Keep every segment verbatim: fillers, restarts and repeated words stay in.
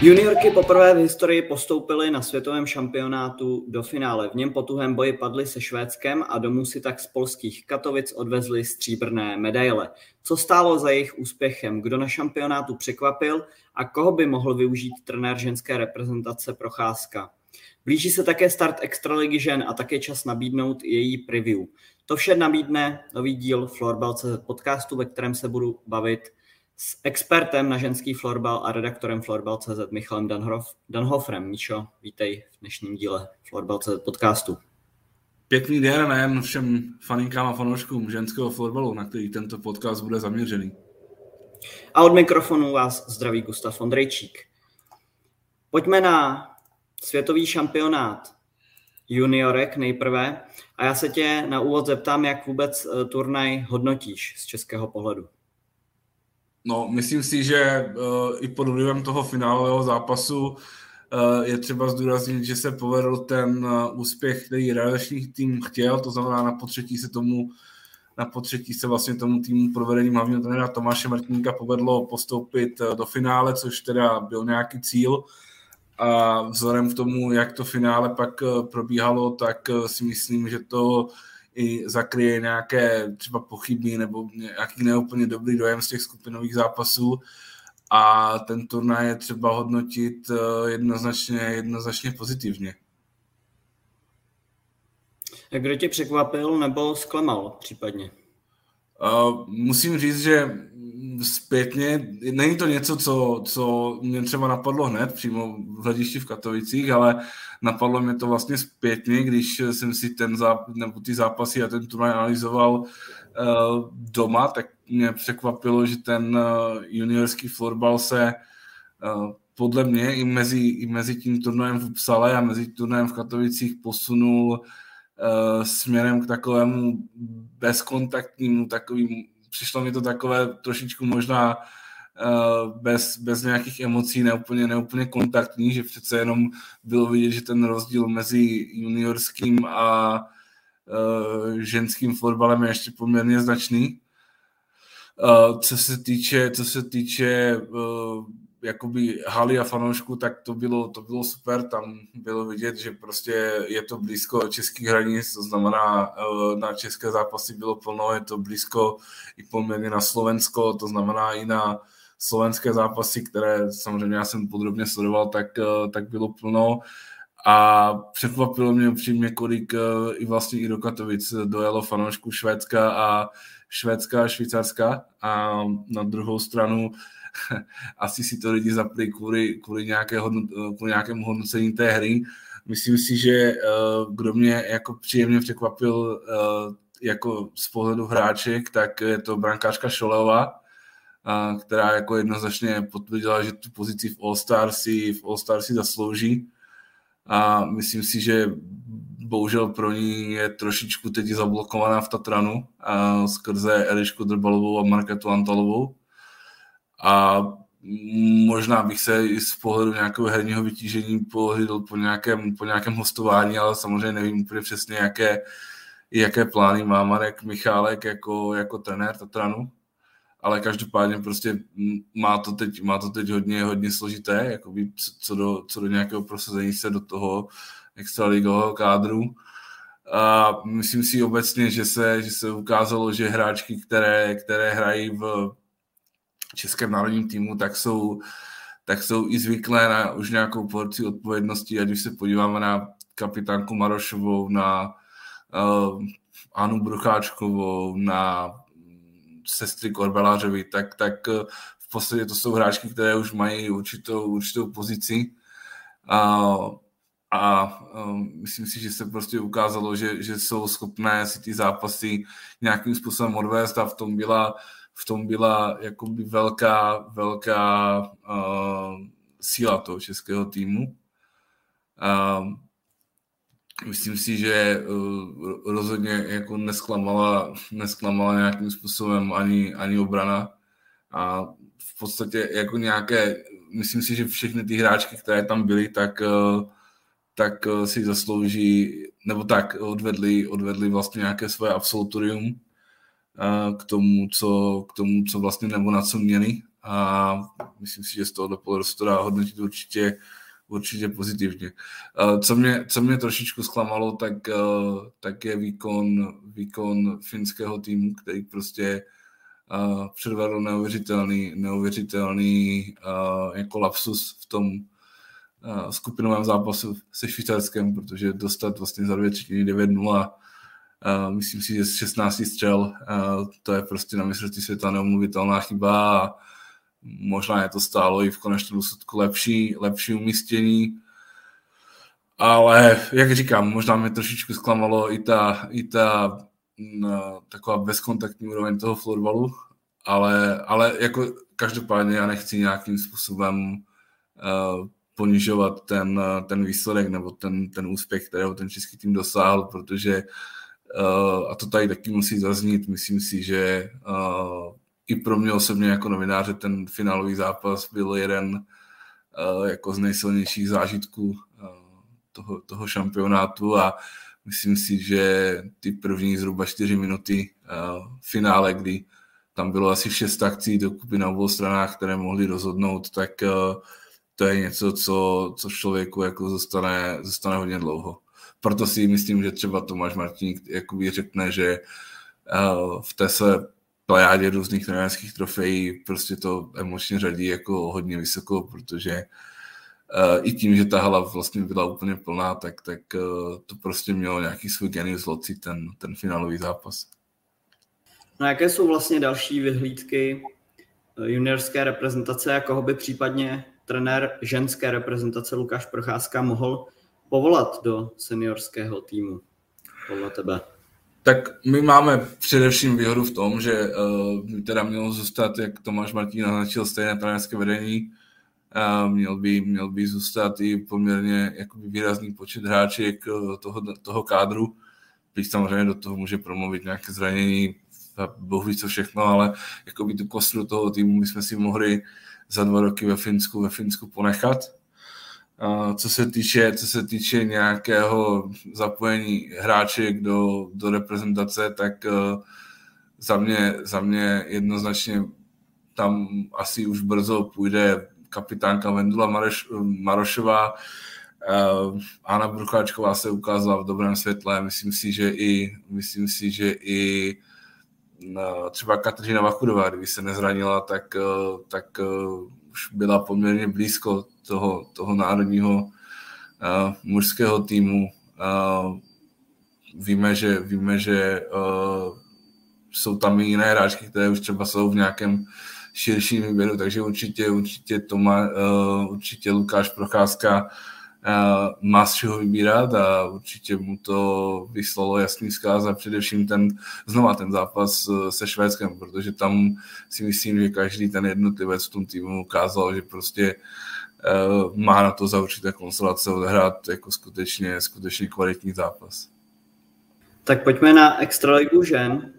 Juniorky poprvé v historii postoupily na světovém šampionátu do finále. V něm po tuhém boji padly se Švédskem a domů si tak z polských Katovic odvezli stříbrné medaile. Co stálo za jejich úspěchem? Kdo na šampionátu překvapil a koho by mohl využít trenér ženské reprezentace Procházka? Blíží se také start Extraligy žen a také čas nabídnout její preview. To vše nabídne nový díl Florbal tečka cé zet podcastu, ve kterém se budu bavit s expertem na ženský florbal a redaktorem Florbal tečka cé zet Michalem Danhof, Danhofrem. Míšo, vítej v dnešním díle Florbal tečka cé zet podcastu. Pěkný den nejen všem faninkám a fanouškům ženského florbalu, na který tento podcast bude zaměřený. A od mikrofonu vás zdraví Gustav Ondrejčík. Pojďme na světový šampionát juniorek nejprve a já se tě na úvod zeptám, jak vůbec turnaj hodnotíš z českého pohledu. No, myslím si, že uh, i pod vlivem toho finálového zápasu uh, je třeba zdůraznit, že se povedl ten uh, úspěch, který realizační tým chtěl, to znamená na potřetí se tomu na potřetí se vlastně tomu týmu provedením hlavního trenéra Tomáše Martínka povedlo postoupit uh, do finále, což teda byl nějaký cíl. A vzhledem k tomu, jak to finále pak uh, probíhalo, tak uh, si myslím, že to i zakryje nějaké třeba pochybný nebo nějaký neúplně dobrý dojem z těch skupinových zápasů a ten turnaj je třeba hodnotit jednoznačně, jednoznačně pozitivně. Kdo tě překvapil nebo zklamal případně? Uh, musím říct, že zpětně, není to něco, co, co mě třeba napadlo hned přímo v hledišti v Katovicích, ale napadlo mě to vlastně zpětně, když jsem si ten záp- nebo ty zápasy a ten turnaj analyzoval uh, doma, tak mě překvapilo, že ten uh, juniorský florbal se uh, podle mě i mezi, i mezi tím turnajem v Uppsale a mezi turnajem v Katovicích posunul uh, směrem k takovému bezkontaktnímu, takovým, přišlo mi to takové trošičku možná uh, bez, bez nějakých emocí, neúplně, neúplně kontaktní, že přece jenom bylo vidět, že ten rozdíl mezi juniorským a uh, ženským florbalem je ještě poměrně značný. Uh, co se týče, co se týče uh, jakoby haly a fanoušků, tak to bylo, to bylo super, tam bylo vidět, že prostě je to blízko českých hranic, to znamená na české zápasy bylo plno, je to blízko i poměrně na Slovensko, to znamená i na slovenské zápasy, které samozřejmě já jsem podrobně sledoval, tak, tak bylo plno a překvapilo mě upřímně, kolik i vlastně i do Katovic dojelo fanoušků Švédska a Švédska a Švýcarska a na druhou stranu asi si to lidi zapli kvůli, kvůli, nějaké hodnot, kvůli nějakému hodnocení té hry. Myslím si, že uh, kdo mě jako příjemně překvapil uh, jako z pohledu hráček, tak je to brankářka Šoleová, uh, která jako jednoznačně potvrdila, že tu pozici v All-Star si, v All-Star si zaslouží. A myslím si, že bohužel pro ní je trošičku teď zablokovaná v Tatranu uh, skrze Elišku Drbalovou a Marketu Antalovou. A možná bych se i z pohledu nějakého herního vytížení pohlídl po nějakém, po nějakém hostování, ale samozřejmě nevím úplně přesně, jaké, jaké plány má Marek Michálek jako, jako trenér Tatranu. Ale každopádně prostě má to teď, má to teď hodně, hodně složité, jakoby co, do, co do nějakého prosazení se do toho extraligového kádru. A myslím si obecně, že se, že se ukázalo, že hráčky, které, které hrají v českém národním týmu, tak jsou, tak jsou i zvyklé na už nějakou porci odpovědnosti, ať už se podíváme na kapitánku Marošovou, na uh, Anu Brucháčkovou, na sestry Korbelářovi, tak, tak uh, v podstatě to jsou hráčky, které už mají určitou, určitou pozici uh, a uh, myslím si, že se prostě ukázalo, že, že jsou schopné si ty zápasy nějakým způsobem odvést a v tom byla v tom byla jakoby velká, velká uh, síla toho českého týmu. Uh, myslím si, že uh, rozhodně jako nesklamala, nesklamala nějakým způsobem ani, ani obrana. A v podstatě jako nějaké, myslím si, že všechny ty hráčky, které tam byly, tak, uh, tak uh, si zaslouží, nebo tak odvedli, odvedli vlastně nějaké svoje absolutorium k tomu, co, k tomu, co vlastně nebo na co měli. a myslím si, že z tohohle pohledu se to dá hodnotit určitě, určitě pozitivně. Co mě, co mě trošičku zklamalo, tak, tak je výkon, výkon finského týmu, který prostě předvedl neuvěřitelný, neuvěřitelný jako lapsus v tom skupinovém zápasu se Švýcarskem, protože dostat vlastně za dvě třetiny devět nula, uh, myslím si, že z šestnácti střel, uh, to je prostě na mistrovství světa neomluvitelná chyba a možná je to stálo i v konečném důsledku lepší, lepší umístění, ale jak říkám, možná mě trošičku zklamalo i ta, i ta no, taková bezkontaktní úroveň toho florbalu, ale, ale jako každopádně já nechci nějakým způsobem uh, ponižovat ten, ten výsledek nebo ten, ten úspěch, kterého ten český tým dosáhl, protože uh, a to tady taky musí zaznít, myslím si, že uh, i pro mě osobně jako novináře ten finálový zápas byl jeden uh, jako z nejsilnějších zážitků uh, toho, toho šampionátu a myslím si, že ty první zhruba čtyři minuty uh, finále, kdy tam bylo asi šest akcí dokupy na obou stranách, které mohly rozhodnout, tak uh, to je něco, co, co člověku jako zůstane, zůstane hodně dlouho. Proto si myslím, že třeba Tomáš Martíník jakoby řekne, že uh, v té své plejádě různých trenérských trofejí prostě to emočně řadí jako hodně vysoko, protože uh, i tím, že ta hala vlastně byla úplně plná, tak, tak uh, to prostě mělo nějaký svůj genius loci, ten, ten finálový zápas. No jaké jsou vlastně další vyhlídky juniorské reprezentace a koho by případně trenér ženské reprezentace Lukáš Procházka mohl povolat do seniorského týmu podle tebe? Tak my máme především výhodu v tom, že uh, teda mělo zůstat, jak Tomáš Martín naznačil, stejné trenérské vedení. Uh, měl, by, měl by zůstat i poměrně jakoby výrazný počet hráček uh, toho, toho kádru. Byť samozřejmě do toho může promluvit nějaké zranění, bohu ví co všechno, ale jakoby tu kostru toho týmu my jsme si mohli za dva roky ve Finsku, ve Finsku ponechat. Uh, co se týče, co se týče nějakého zapojení hráček do, do reprezentace, tak uh, za mě, za mě jednoznačně tam asi už brzo půjde kapitánka Vendula Maroš, Marošová. Uh, Anna Brucháčková se ukázala v dobrém světle. Myslím si, že i, myslím si, že i uh, třeba Kateřina Vachudová, kdyby se nezranila, tak, uh, tak uh, už byla poměrně blízko toho, toho národního uh, mužského týmu. Uh, víme, že, víme, že uh, jsou tam i jiné hráčky, které už třeba jsou v nějakém širším výběru, takže určitě, určitě, to má, uh, určitě Lukáš Procházka uh, má z čeho vybírat a určitě mu to vyslalo jasný vzkaz a především ten, znova ten zápas uh, se Švédskem, protože tam si myslím, že každý ten jednotlivec v tom týmu ukázal, že prostě uh, má na to za určité konstelace odehrát jako skutečně, skutečně kvalitní zápas. Tak pojďme na extraligu žen.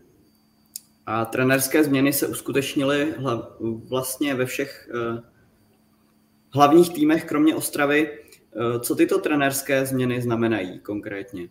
A trenérské změny se uskutečnily hla, vlastně ve všech uh, hlavních týmech, kromě Ostravy. Uh, co tyto trenérské změny znamenají konkrétně?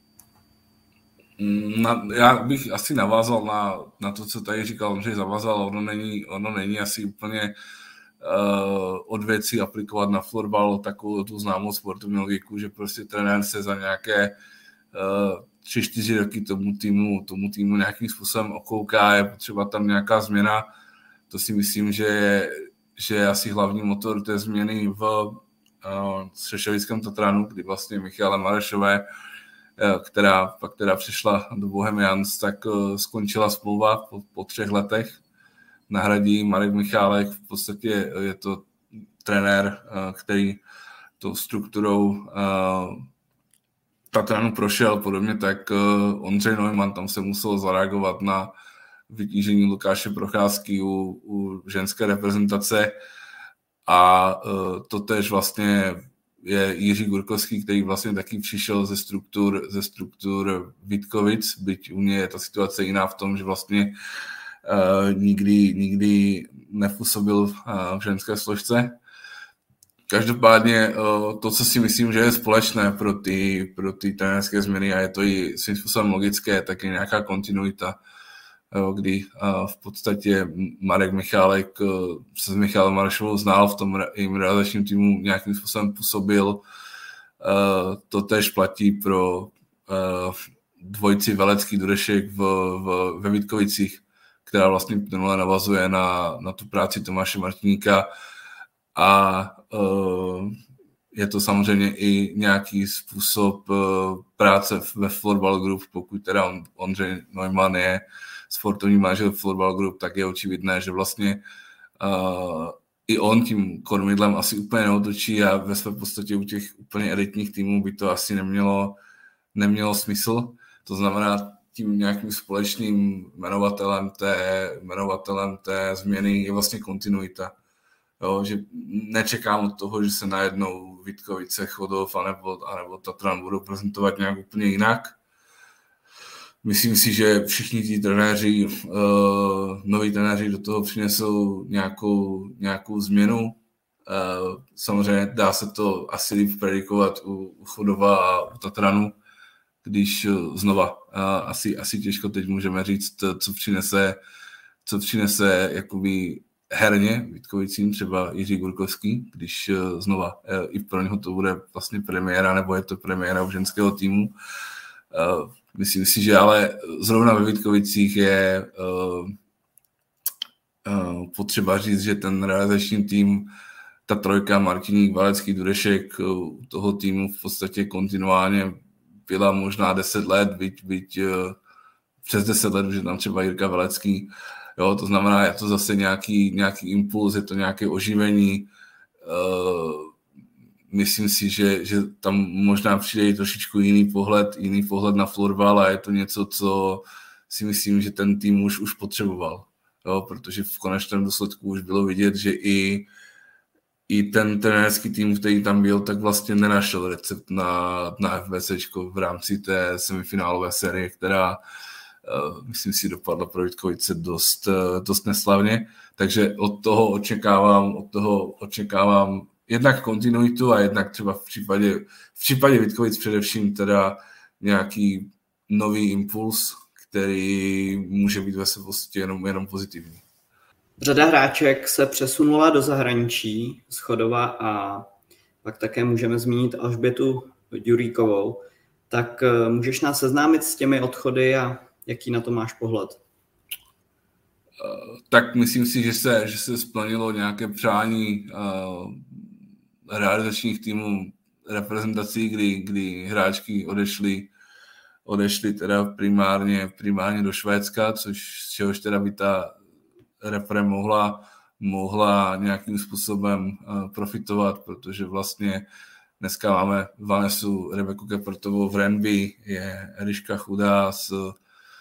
Na, já bych asi navázal na, na to, co tady říkal Ondřej Zavazal. Ono není, ono není asi úplně uh, od věcí aplikovat na florbal takovou tu známou sportovní logiku, že prostě trenér se za nějaké uh, tři, čtyři roky tomu týmu, tomu týmu nějakým způsobem okouká, je potřeba tam nějaká změna. To si myslím, že je, že je asi hlavní motor té změny v uh, Střešovickém Tatranu, kdy vlastně Michále Marešové, uh, která pak teda přišla do Bohemians, tak uh, skončila smlouva po, po třech letech. Nahradí Marek Michálek, v podstatě je to trenér, uh, který tou strukturou uh, Tatranu prošel, podobně tak uh, Ondřej Neumann, tam se musel zareagovat na vytížení Lukáše Procházky u, u ženské reprezentace a uh, to tež vlastně je Jiří Gurkovský, který vlastně taky přišel ze struktur, ze struktur Vítkovic, byť u mě je ta situace jiná v tom, že vlastně uh, nikdy, nikdy nepůsobil uh, v ženské složce. Každopádně to, co si myslím, že je společné pro ty, pro ty trenérské změny a je to i svým způsobem logické, tak je nějaká kontinuita. jo, kdy uh, v podstatě Marek Michálek uh, se s Michalem Marešovou znal, v tom jejím realizačním týmu nějakým způsobem působil. Uh, to též platí pro uh, dvojici Velecký Durešek v, v, ve Vítkovicích, která vlastně plynule navazuje na, na tu práci Tomáše Martiníka a uh, je to samozřejmě i nějaký způsob uh, práce ve Florbal Group, pokud teda on, Ondřej Neumann je sportovní manažer Florbal Group, tak je očividné, že vlastně uh, i on tím kormidlem asi úplně neotočí a ve své podstatě u těch úplně elitních týmů by to asi nemělo, nemělo smysl. To znamená, tím nějakým společným jmenovatelem té, jmenovatelem té změny je vlastně kontinuita. Jo, že nečekám od toho, že se najednou Vítkovice, Chodov anebo, anebo Tatran budou prezentovat nějak úplně jinak. Myslím si, že všichni ti trenéři, uh, noví trenéři do toho přinesou nějakou, nějakou změnu. Uh, samozřejmě dá se to asi líp predikovat u, u Chodova a u Tatranu, když uh, znova uh, asi, asi těžko teď můžeme říct, co přinese, co přinese jakoby herně Vítkovicím, třeba Jiří Gurkovský, když uh, znova uh, i pro něho to bude vlastně premiéra, nebo je to premiéra u ženského týmu. Uh, Myslím si, že ale zrovna ve Vítkovicích je uh, uh, potřeba říct, že ten realizační tým, ta trojka Martiník, Valecký, Durešek, uh, toho týmu v podstatě kontinuálně byla možná deset let, byť, byť uh, přes deset let, že tam třeba Jirka Valecký. Jo, to znamená, je to zase nějaký, nějaký impuls, je to nějaké oživení. Uh, Myslím si, že, že tam možná přijde i trošičku jiný pohled, jiný pohled na florbal a je to něco, co si myslím, že ten tým už, už potřeboval. Jo, protože v konečném důsledku už bylo vidět, že i, i ten trenérský tým, který tam byl, tak vlastně nenašel recept na, na FBCčko v rámci té semifinálové série, která uh, myslím si dopadla pro Vítkovice dost, uh, dost neslavně. Takže od toho očekávám, od toho očekávám jednak kontinuitu a jednak třeba v případě, v případě Vítkovic především teda nějaký nový impuls, který může být ve své podstatě jenom, jenom pozitivní. Řada hráček se přesunula do zahraničí z Chodova a pak také můžeme zmínit Alžbětu Juríkovou. Tak můžeš nás seznámit s těmi odchody a jaký na to máš pohled? Tak myslím si, že se, že se splnilo nějaké přání uh, realizačních týmů reprezentací, kdy, kdy hráčky odešly, odešly teda primárně, primárně do Švédska, což z čehož teda by ta repre mohla, mohla nějakým způsobem uh, profitovat, protože vlastně dneska máme Vanesu Rebeku Kepertovou v Renby, je Eliška Chudá s uh,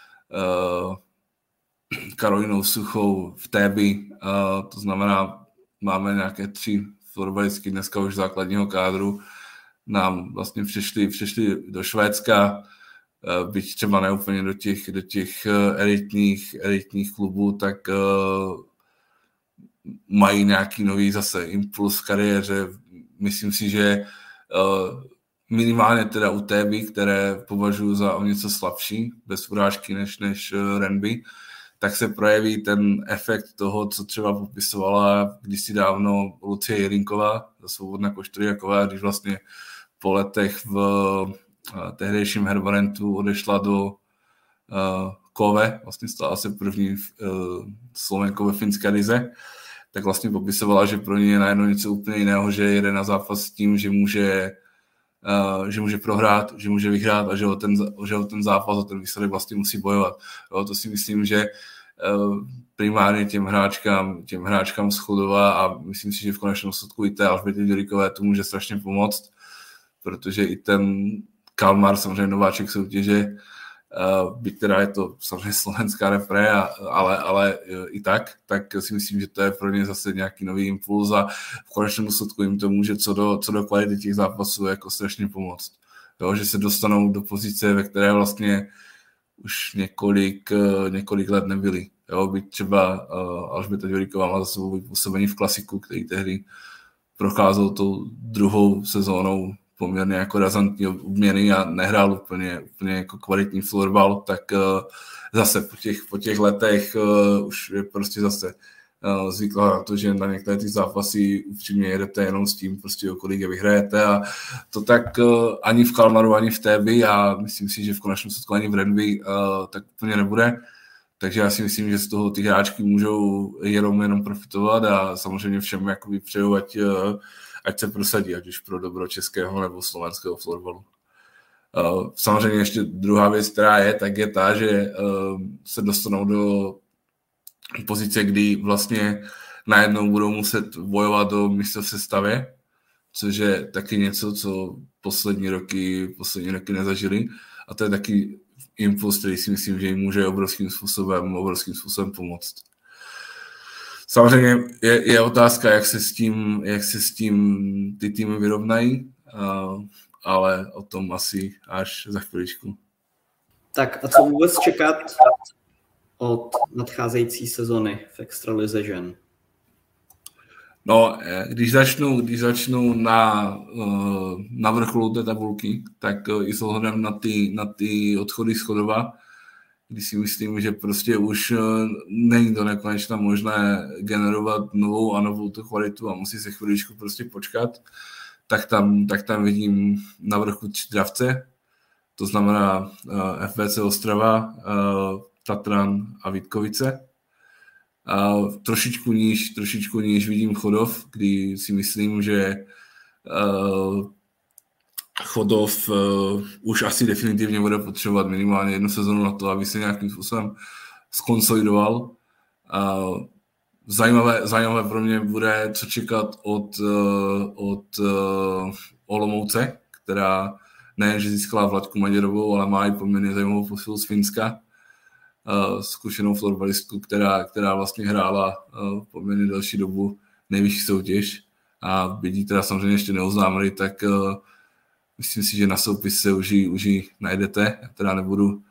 Karolinou Suchou v Téby, uh, to znamená, máme nějaké tři florbalistky dneska už základního kádru, nám vlastně přišli, přišli do Švédska, uh, byť třeba neúplně do těch, do těch elitních, elitních klubů, tak uh, mají nějaký nový zase impuls v kariéře. Myslím si, že uh, minimálně teda u Téby, které považuji za o něco slabší, bez urážky než, než uh, Renby, tak se projeví ten efekt toho, co třeba popisovala kdysi dávno Lucie Jirinková za Svobodná Koštoriaková, když vlastně po letech v uh, tehdejším Herbarentu odešla do uh, Kove, vlastně stala se první uh, Slovenkou ve finské lize, tak vlastně popisovala, že pro ní je najednou něco úplně jiného, že jede na zápas s tím, že může, uh, že může prohrát, že může vyhrát a že o ten, že o ten zápas, o ten výsledek vlastně musí bojovat. Jo, to si myslím, že uh, primárně těm hráčkám, těm hráčkám z Chodova a myslím si, že v konečném důsledku i té Alžbětě Ďurikové to může strašně pomoct, protože i ten Kalmar, samozřejmě nováček soutěže, Uh, byť teda je to samozřejmě slovenská repre, a, ale, ale uh, i tak, tak si myslím, že to je pro ně zase nějaký nový impuls a v konečném důsledku jim to může co do, co do kvality těch zápasů jako strašně pomoct. Jo, že se dostanou do pozice, ve které vlastně už několik, uh, několik let nebyli. Jo, byť třeba uh, Alžběta Ďuriková má za sebou působení v klasiku, který tehdy procházel tou druhou sezónou poměrně jako razantní obměny a nehrál úplně, úplně jako kvalitní florbal, tak zase po těch, po těch letech už je prostě zase zvyklá na to, že na některé ty zápasy upřímně jedete jenom s tím, prostě o kolik je vyhrajete a to tak ani v Kalmaru, ani v Téby a myslím si, že v konečném sledku ani v Rugby tak úplně nebude. Takže já si myslím, že z toho ty hráčky můžou jenom, jenom profitovat a samozřejmě všem jakoby přeju, ať, ať se prosadí, ať už pro dobro českého nebo slovenského florbalu. Samozřejmě ještě druhá věc, která je, tak je ta, že se dostanou do pozice, kdy vlastně najednou budou muset bojovat do místa v sestavě, což je taky něco, co poslední roky, poslední roky nezažili a to je taky impuls, který si myslím, že jim může obrovským způsobem, obrovským způsobem pomoct. Samozřejmě je, je otázka, jak se s tím, jak se s tím ty týmy vyrovnají, uh, ale o tom asi až za chviličku. Tak a co vůbec čekat od nadcházející sezony v extralize žen? No, když začnu, když začnu na, na vrcholu té tabulky, tak i s ohledem na ty, na ty odchody z Chodova, kdy si myslím, že prostě už není to nekonečně možné generovat novou a novou tu kvalitu a musí se chviličku prostě počkat, tak tam, tak tam vidím na vrchu tři dravce, to znamená F B C Ostrava, Tatran a Vítkovice. A trošičku níž, trošičku níž vidím Chodov, kdy si myslím, že uh, Chodov uh, už asi definitivně bude potřebovat minimálně jednu sezonu na to, aby se nějakým způsobem skonsolidoval. Uh, zajímavé, zajímavé pro mě bude, co čekat od, uh, od uh, Olomouce, která nejenže získala Vladku Maděrovou, ale má i poměrně zajímavou posilu z Finska. Uh, zkušenou florbalistku, která, která vlastně hrála uh, poměrně delší dobu nejvyšší soutěž a byť teda samozřejmě ještě neoznámili, tak uh, myslím si, že na soupise už ji, už ji najdete. Já teda nebudu,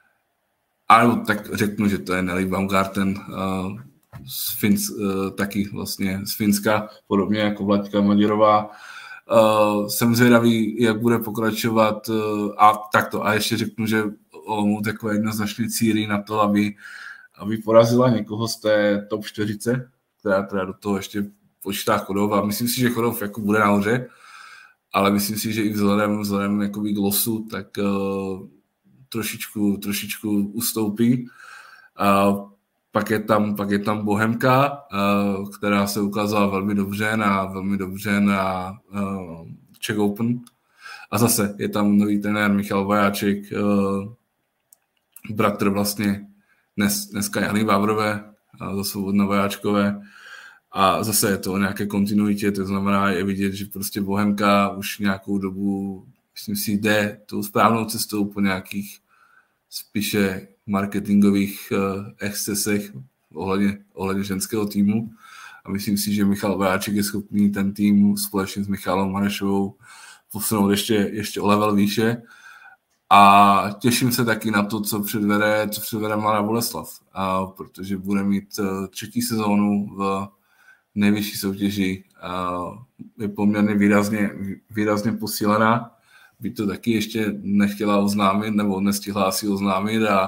ale tak řeknu, že to je Nelly Baumgarten uh, z Fins, uh, taky vlastně z Finska, podobně jako Vladka Maděrová. Uh, jsem zvědavý, jak bude pokračovat uh, a takto. A ještě řeknu, že Olomouc jako jednoznačně cílí na to, aby, aby porazila někoho z té top čtyřice, která teda do toho ještě počítá Chodov a myslím si, že Chodov jako bude nahoře, ale myslím si, že i vzhledem, vzhledem jakoby k losu, tak uh, trošičku, trošičku ustoupí. Uh, pak, je tam, pak je tam Bohemka, uh, která se ukázala velmi dobře na, velmi dobře na uh, Czech Open. A zase je tam nový trenér Michal Vajáček, uh, bratr vlastně dnes, dneska Jany Vávrové, za Svobodné Vajáčkové. A zase je to o nějaké kontinuitě, to znamená je vidět, že prostě Bohemka už nějakou dobu, myslím si, jde tou správnou cestou po nějakých spíše marketingových uh, excesech ohledně, ohledně ženského týmu. A myslím si, že Michal Vajáček je schopný ten tým společně s Michalou Marešovou posunout ještě, ještě o level výše. A těším se taky na to, co předvede, co předvede Mladá Boleslav, a protože bude mít třetí sezónu v nejvyšší soutěži. A je poměrně výrazně, výrazně posílená, by to taky ještě nechtěla oznámit, nebo nestihla asi oznámit a, a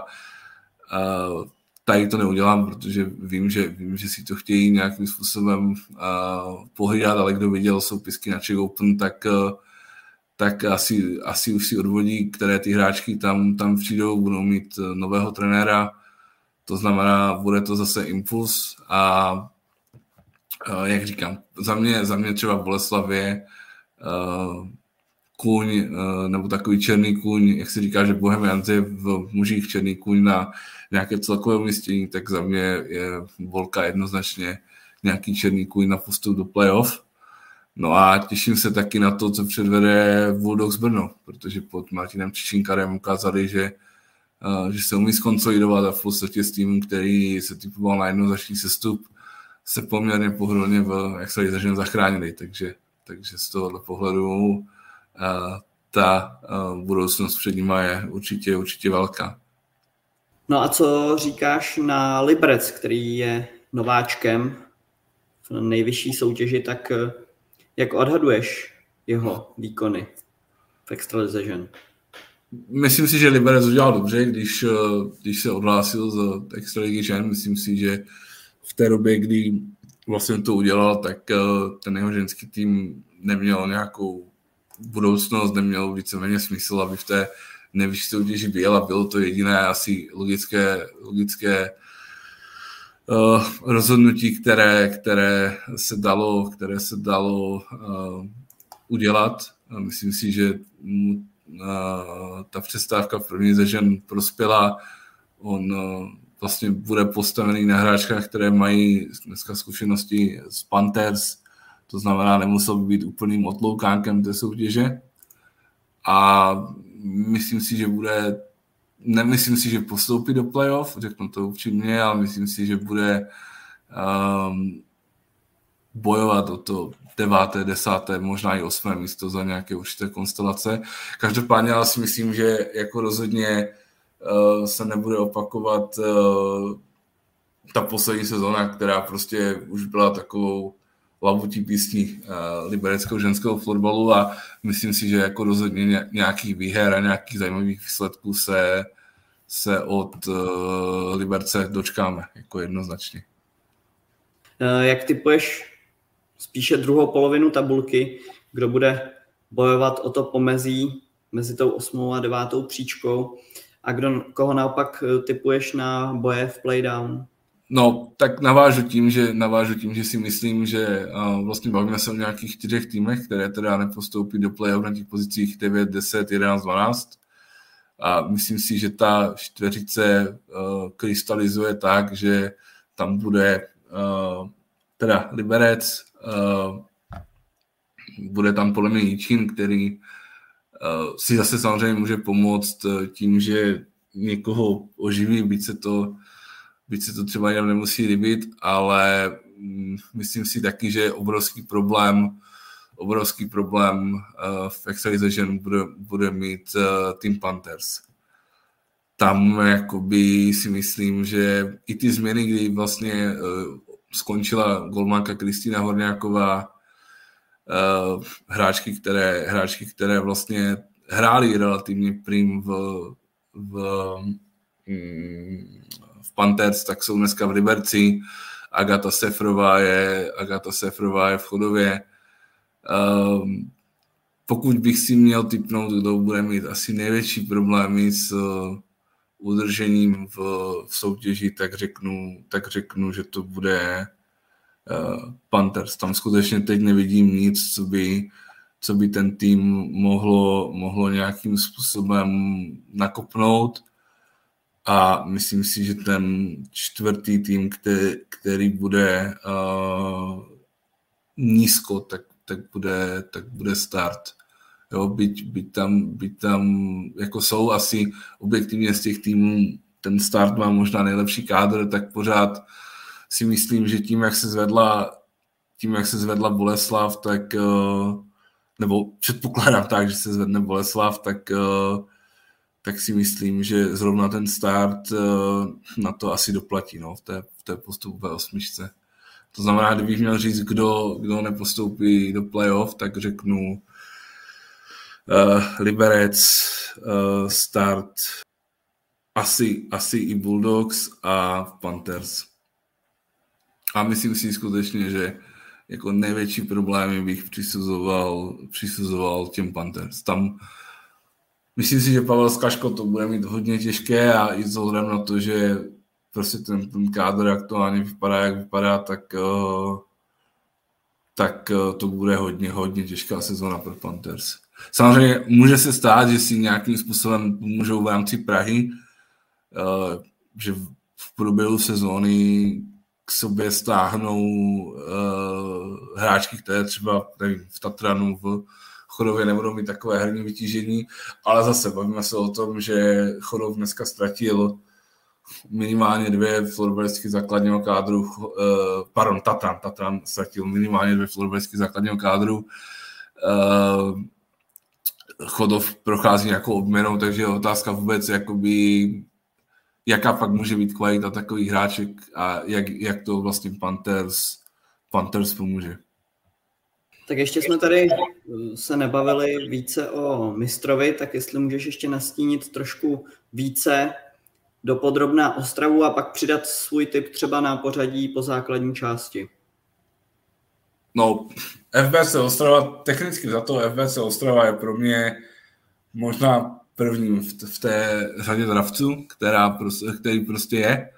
tady to neudělám, protože vím, že, vím, že si to chtějí nějakým způsobem pohlídat, ale kdo viděl soupisky na Czech Open, tak tak asi, asi už si odvodí, které ty hráčky tam, tam přijdou, budou mít nového trenéra, to znamená, bude to zase impuls a, a jak říkám, za mě, za mě třeba v Boleslavě uh, kůň, uh, nebo takový černý kůň, jak se říká, že Bohemians je v mužích černý kůň na nějaké celkové umístění, tak za mě je Volka jednoznačně nějaký černý kůň na postup do playoff. No a těším se taky na to, co předvede Bulldogs Brno, protože pod Martinem Čičinkarem ukázali, že, uh, že se umí skonsolidovat a v podstatě s týmem, který se typoval na jednoznačný sestup, se poměrně pohodlně v extralize zachránili, takže, takže z tohohle pohledu uh, ta uh, budoucnost před nima je určitě, určitě velká. No a co říkáš na Liberec, který je nováčkem v nejvyšší soutěži, tak jak odhaduješ jeho výkony v extralize žen? Myslím si, že Liberec udělal dobře, když, když se odhlásil z extraligy žen. Myslím si, že v té době, kdy vlastně to udělal, tak ten jeho ženský tým neměl nějakou budoucnost, neměl víceméně smysl, aby v té nejvyšší soutěži byl, a bylo to jediné asi logické, logické uh, rozhodnutí, které, které se dalo, které se dalo uh, udělat. A myslím si, že mu uh, ta přestávka v první ze žen prospěla. On uh, vlastně bude postavený na hráčkách, které mají dneska zkušenosti z Panthers, to znamená, nemusel být úplným otloukánkem té soutěže. A myslím si, že bude, nemyslím si, že postoupí do playoff, řeknu to upřímně, ale myslím si, že bude um, bojovat o to deváté, desáté, možná i osmé místo za nějaké určité konstelace. Každopádně ale si myslím, že jako rozhodně uh, se nebude opakovat uh, ta poslední sezóna, která prostě už byla takovou labutí písní uh, libereckého ženského fotbalu, a myslím si, že jako rozhodně nějakých výher a nějakých zajímavých výsledků se, se od uh, Liberce dočkáme, jako jednoznačně. Jak typuješ spíše druhou polovinu tabulky, kdo bude bojovat o to pomezí mezi tou osmou a devátou příčkou, a kdo, koho naopak typuješ na boje v playdown? No, tak navážu tím, že, navážu tím, že si myslím, že uh, vlastně bavíme se o nějakých čtyřech týmech, které teda nepostoupí do play-off na těch pozicích devět, deset, jedenáct, dvanáct. A myslím si, že ta čtveřice uh, krystalizuje tak, že tam bude uh, teda Liberec, uh, bude tam podle mě Jičín, který uh, si zase samozřejmě může pomoct tím, že někoho oživí, byť se to byť se to třeba jenom nemusí líbit, ale myslím si taky, že obrovský problém, obrovský problém uh, v extralize žen bude, bude mít uh, Team Panthers. Tam jakoby si myslím, že i ty změny, kdy vlastně uh, skončila golmanka Kristýna Horňáková, uh, hráčky, které, hráčky, které vlastně hrály relativně prim v, v mm, Panthers, tak jsou dneska v Liberci. Agata Sefrová je, Agata Sefrová je v Chodově. Um, pokud bych si měl tipnout, kdo bude mít asi největší problémy s uh, udržením v, v soutěži, tak řeknu, tak řeknu, že to bude uh, Panthers. Tam skutečně teď nevidím nic, co by, co by ten tým mohlo, mohlo nějakým způsobem nakopnout. A myslím si, že ten čtvrtý tým, který, který bude uh, nízko, tak, tak, bude, tak bude Start. Jo, byť, byť, tam, byť tam jako jsou asi objektivně z těch týmů, ten Start má možná nejlepší kádr, tak pořád si myslím, že tím, jak se zvedla, tím, jak se zvedla Boleslav, tak, uh, nebo předpokládám tak, že se zvedne Boleslav, tak uh, tak si myslím, že zrovna ten Start na to asi doplatí, no, v té, v té postupové osmičce. To znamená, kdybych měl říct, kdo, kdo nepostoupí do playoff, tak řeknu uh, Liberec, uh, Start, asi, asi i Bulldogs a Panthers. A myslím si skutečně, že jako největší problémy bych přisuzoval, přisuzoval těm Panthers. Tam myslím si, že Pavel Skaško to bude mít hodně těžké, a i s ohledem na to, že prostě ten, ten kádr aktuálně vypadá, jak vypadá, tak, uh, tak uh, to bude hodně, hodně těžká sezóna pro Panthers. Samozřejmě může se stát, že si nějakým způsobem můžou v rámci Prahy, uh, že v průběhu sezóny k sobě stáhnou uh, hráčky, které třeba nevím, v Tatranu, v Chodově nebudou mít takové herní vytížení, ale zase bavíme se o tom, že Chodov dneska ztratil minimálně dvě florbalistky základního kádru, uh, pardon, Tatran, Tatran ztratil minimálně dvě florbalistky základního kádru. Uh, Chodov prochází nějakou obměnou, takže je otázka vůbec, jakoby, jaká pak může být kvalita takových hráček a jak, jak to vlastně Panthers, Panthers pomůže. Tak ještě jsme tady se nebavili více o mistrovi, tak jestli můžeš ještě nastínit trošku více dopodrobná Ostravu a pak přidat svůj tip třeba na pořadí po základní části. No, F B C Ostrava, technicky za to F B C Ostrava je pro mě možná prvním v té řadě dravců, která prostě, který prostě je.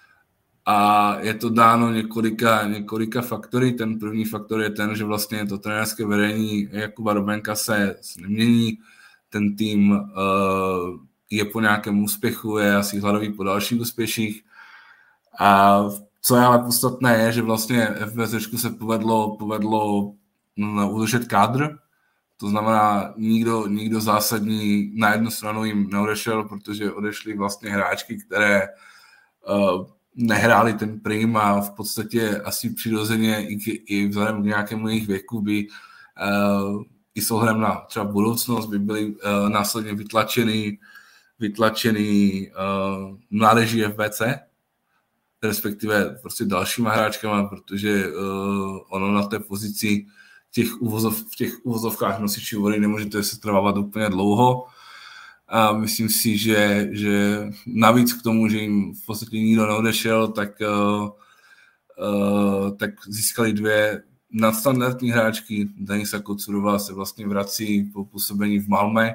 A je to dáno několika, několika faktory. Ten první faktor je ten, že vlastně to trenérské vedení Jakuba Robenka se nemění. Ten tým uh, je po nějakém úspěchu, je asi hladový po dalších úspěších. A co je ale podstatné je, že vlastně FBCčku se povedlo, povedlo no, udržet kádr. To znamená, nikdo, nikdo zásadní na jednu stranu jim neodešel, protože odešly vlastně hráčky, které uh, nehráli ten prim a v podstatě asi přirozeně i, i vzhledem k nějakému jejich věku by uh, i s ohledem na třeba budoucnost by byli uh, následně vytlačený, vytlačený uh, mládeží F B C, respektive prostě dalšíma hráčkama, protože uh, ono na té pozici těch uvozov, v těch uvozovkách nosičů vody nemůžete se trvávat úplně dlouho. A myslím si, že, že navíc k tomu, že jim v podstatě nikdo neodešel, tak, uh, uh, tak získali dvě nadstandardní hráčky. Denisa Kocurová se vlastně vrací po působení v Malmö,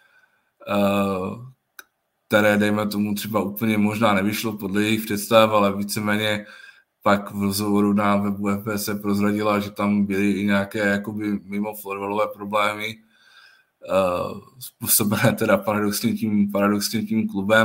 uh, které, dejme tomu, třeba úplně možná nevyšlo podle jejich představ, ale víceméně pak v rozhovoru na webu F B C prozradila, že tam byly i nějaké jakoby mimo florbalové problémy, Uh, způsobené teda paradoxně tím, paradoxně tím klubem,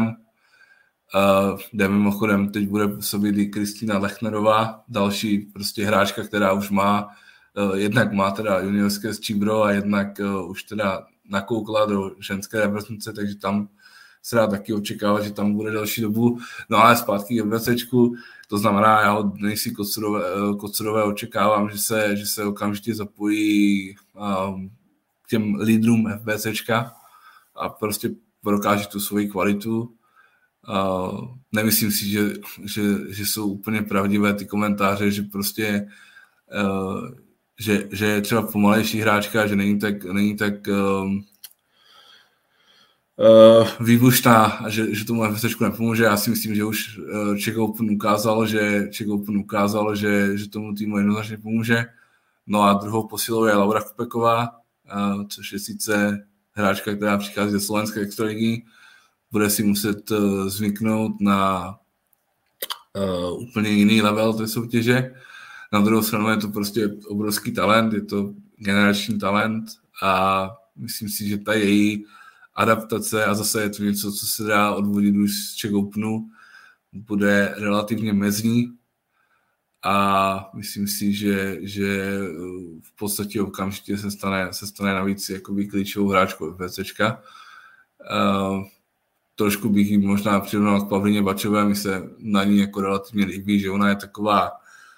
uh, kde mimochodem teď bude působit i Kristýna Lechnerová, další prostě hráčka, která už má, uh, jednak má teda juniorské stříbro a jednak uh, už teda nakoukla do ženské reprezentace, takže tam se dá taky očekávat, že tam bude další dobu. No ale zpátky k FBCčku, to znamená, já od Denisy Kocurové, Kocurové očekávám, že se, že se okamžitě zapojí um, těm lídrům FBCčka a prostě prokáže tu svoji kvalitu. Uh, nemyslím si, že, že, že jsou úplně pravdivé ty komentáře, že prostě uh, že, že je třeba pomalejší hráčka, že není tak, není tak um, uh, výbušná a že, že tomu FBCčku nepomůže. Já si myslím, že už uh, Czech Open ukázal, že Czech Open ukázal, že, že tomu týmu jednoznačně pomůže. No a druhou posilou je Laura Kupeková, Uh, což je sice hráčka, která přichází ze slovenské extraligy, bude si muset uh, zvyknout na uh, úplně jiný level té soutěže. Na druhou stranu je to prostě obrovský talent, je to generační talent a myslím si, že ta její adaptace, a zase je to něco, co se dá odvodit už z Czech Openu, bude relativně mezní. A myslím si, že, že v podstatě okamžitě se stane, se stane navíc jakoby klíčovou hráčkou FBCčka. Uh, trošku bych jí možná přirovnal k Pavlině Bačové, mi se na ní jako relativně líbí, že ona je taková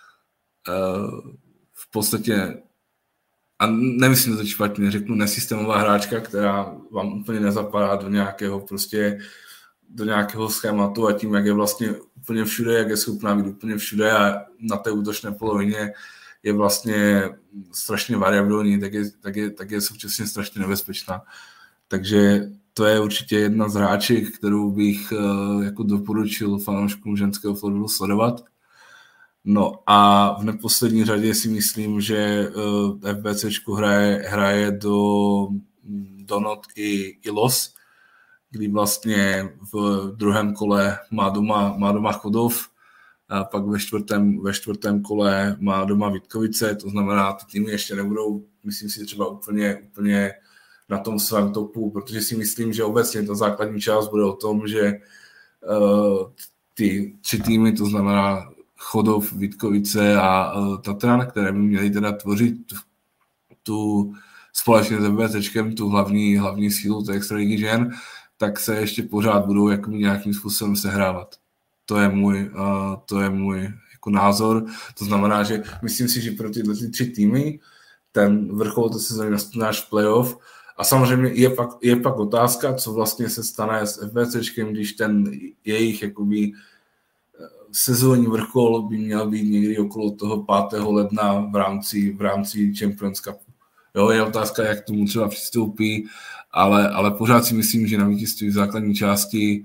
uh, v podstatě, a nemyslím to špatně, řeknu nesystémová hráčka, která vám úplně nezapadá do nějakého prostě do nějakého schématu a tím, jak je vlastně úplně všude, jak je schopná být úplně všude a na té útočné polovině je vlastně strašně variabilní, tak je, tak je, tak je současně strašně nebezpečná. Takže to je určitě jedna z hráček, kterou bych uh, jako doporučil fanouškům ženského florbalu sledovat. No a v neposlední řadě si myslím, že uh, FBCčku hraje, hraje do, do not i, i los, kdy vlastně v druhém kole má doma, má doma Chodov, a pak ve čtvrtém, ve čtvrtém kole má doma Vítkovice, to znamená, ty týmy ještě nebudou, myslím si, třeba úplně, úplně na tom svém topu, protože si myslím, že obecně ta základní část bude o tom, že uh, ty tři týmy, to znamená Chodov, Vítkovice a uh, Tatran, které by měly teda tvořit tu, tu společně s FBCčkem tu hlavní, hlavní sílu té extraligy žen, tak se ještě pořád budou jako nějakým způsobem sehrávat. To je můj, uh, to je můj jako názor. To znamená, že myslím si, že pro tyhle tři týmy ten vrchol to se nastane až v playoff. A samozřejmě je pak, je pak otázka, co vlastně se stane s FBCčkem, když ten jejich jakoby sezónní vrchol by měl být někdy okolo toho pátého ledna v rámci, v rámci Champions Cupu. Jo, je otázka, jak tomu třeba přistoupí, ale, ale pořád si myslím, že na vítězství v základní části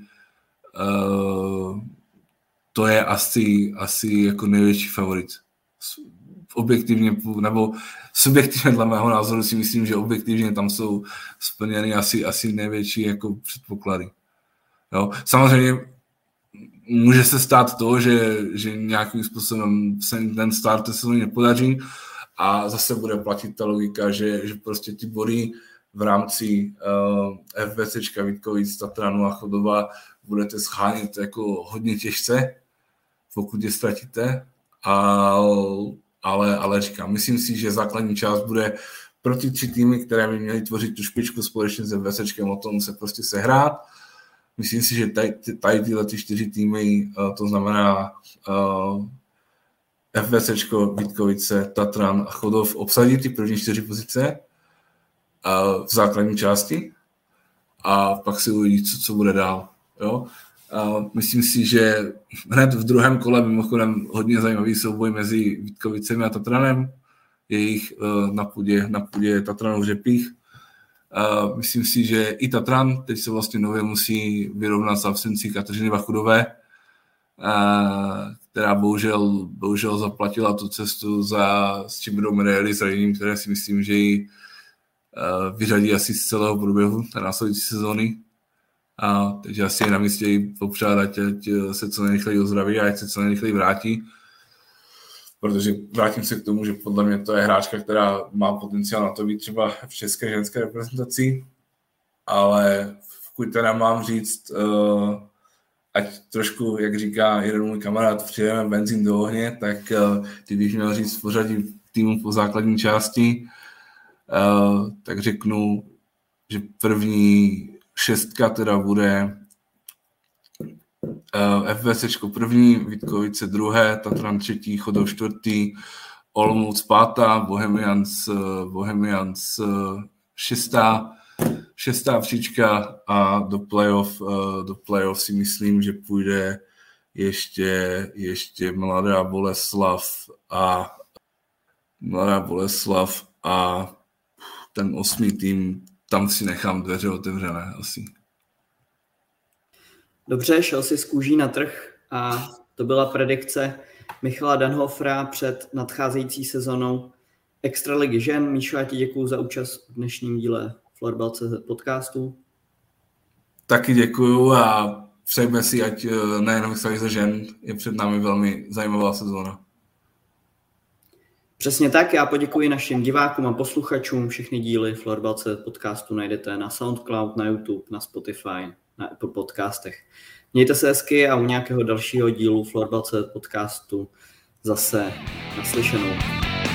uh, to je asi, asi jako největší favorit. Objektivně, nebo subjektivně dle mého názoru si myslím, že objektivně tam jsou splněny asi, asi největší jako předpoklady. Jo. Samozřejmě může se stát to, že, že nějakým způsobem se ten start sezóny nepodaří a zase bude platit ta logika, že, že prostě ty body v rámci uh, FBCčka Vítkovic, Tatranu a Chodova budete schánět jako hodně těžce, pokud je ztratíte, a, ale, ale říkám, myslím si, že základní část bude pro ty tři týmy, které by měly tvořit tu špičku společně s FBCčkem, o tom se prostě sehrát. Myslím si, že tady, tady tyhle ty čtyři týmy, to znamená uh, FBCčko, Vítkovice, Tatran a Chodov, obsadí ty první čtyři pozice uh, v základní části a pak si uvidí, co, co bude dál. Jo? Uh, myslím si, že hned v druhém kole mimochodem hodně zajímavý souboj mezi Vítkovicemi a Tatranem, jejich uh, na půdě, na půdě Tatranu v Řepích. Uh, myslím si, že i Tatran teď se vlastně nově musí vyrovnat s absencí Kateřiny Vachudové, uh, která bohužel, bohužel zaplatila tu cestu za stříbrnou medaili zraněním, které si myslím, že ji uh, vyřadí asi z celého průběhu té následující sezóny. A takže asi je na místě jí popřát, ať se co nejrychleji ozdraví a ať se co nejrychleji vrátí. Protože vrátím se k tomu, že podle mě to je hráčka, která má potenciál na to být třeba v české ženské reprezentaci, ale pokud teda mám říct, uh, ať trošku, jak říká jeden můj kamarád, přijeme benzín do ohně, tak uh, ty bych měl říct v pořadí týmu po základní části, uh, tak řeknu, že první šestka teda bude Uh, FBCčko první, Vítkovice druhé, Tatran třetí, Chodov čtvrtý, Olomouc pátá, Bohemians, uh, Bohemians uh, šestá, šestá příčka a do playoff, uh, do playoff si myslím, že půjde ještě, ještě Mladá Boleslav a Mladá Boleslav a ten osmý tým, tam si nechám dveře otevřené asi. Dobře, šel si z kůží na trh a to byla predikce Michala Danhofera před nadcházející sezonou Extraligy žen. Míšo, já ti děkuju za účast v dnešním díle Florbal tečka cé zet podcastu. Taky děkuju a přejme si, ať nejenom Extraligy žen, je před námi velmi zajímavá sezóna. Přesně tak, já poděkuji našim divákům a posluchačům. Všechny díly Florbal tečka cé zet podcastu najdete na SoundCloud, na YouTube, na Spotify, na Apple podcastech. Mějte se hezky a u nějakého dalšího dílu Florbal tečka cé zet podcastu zase naslyšenou.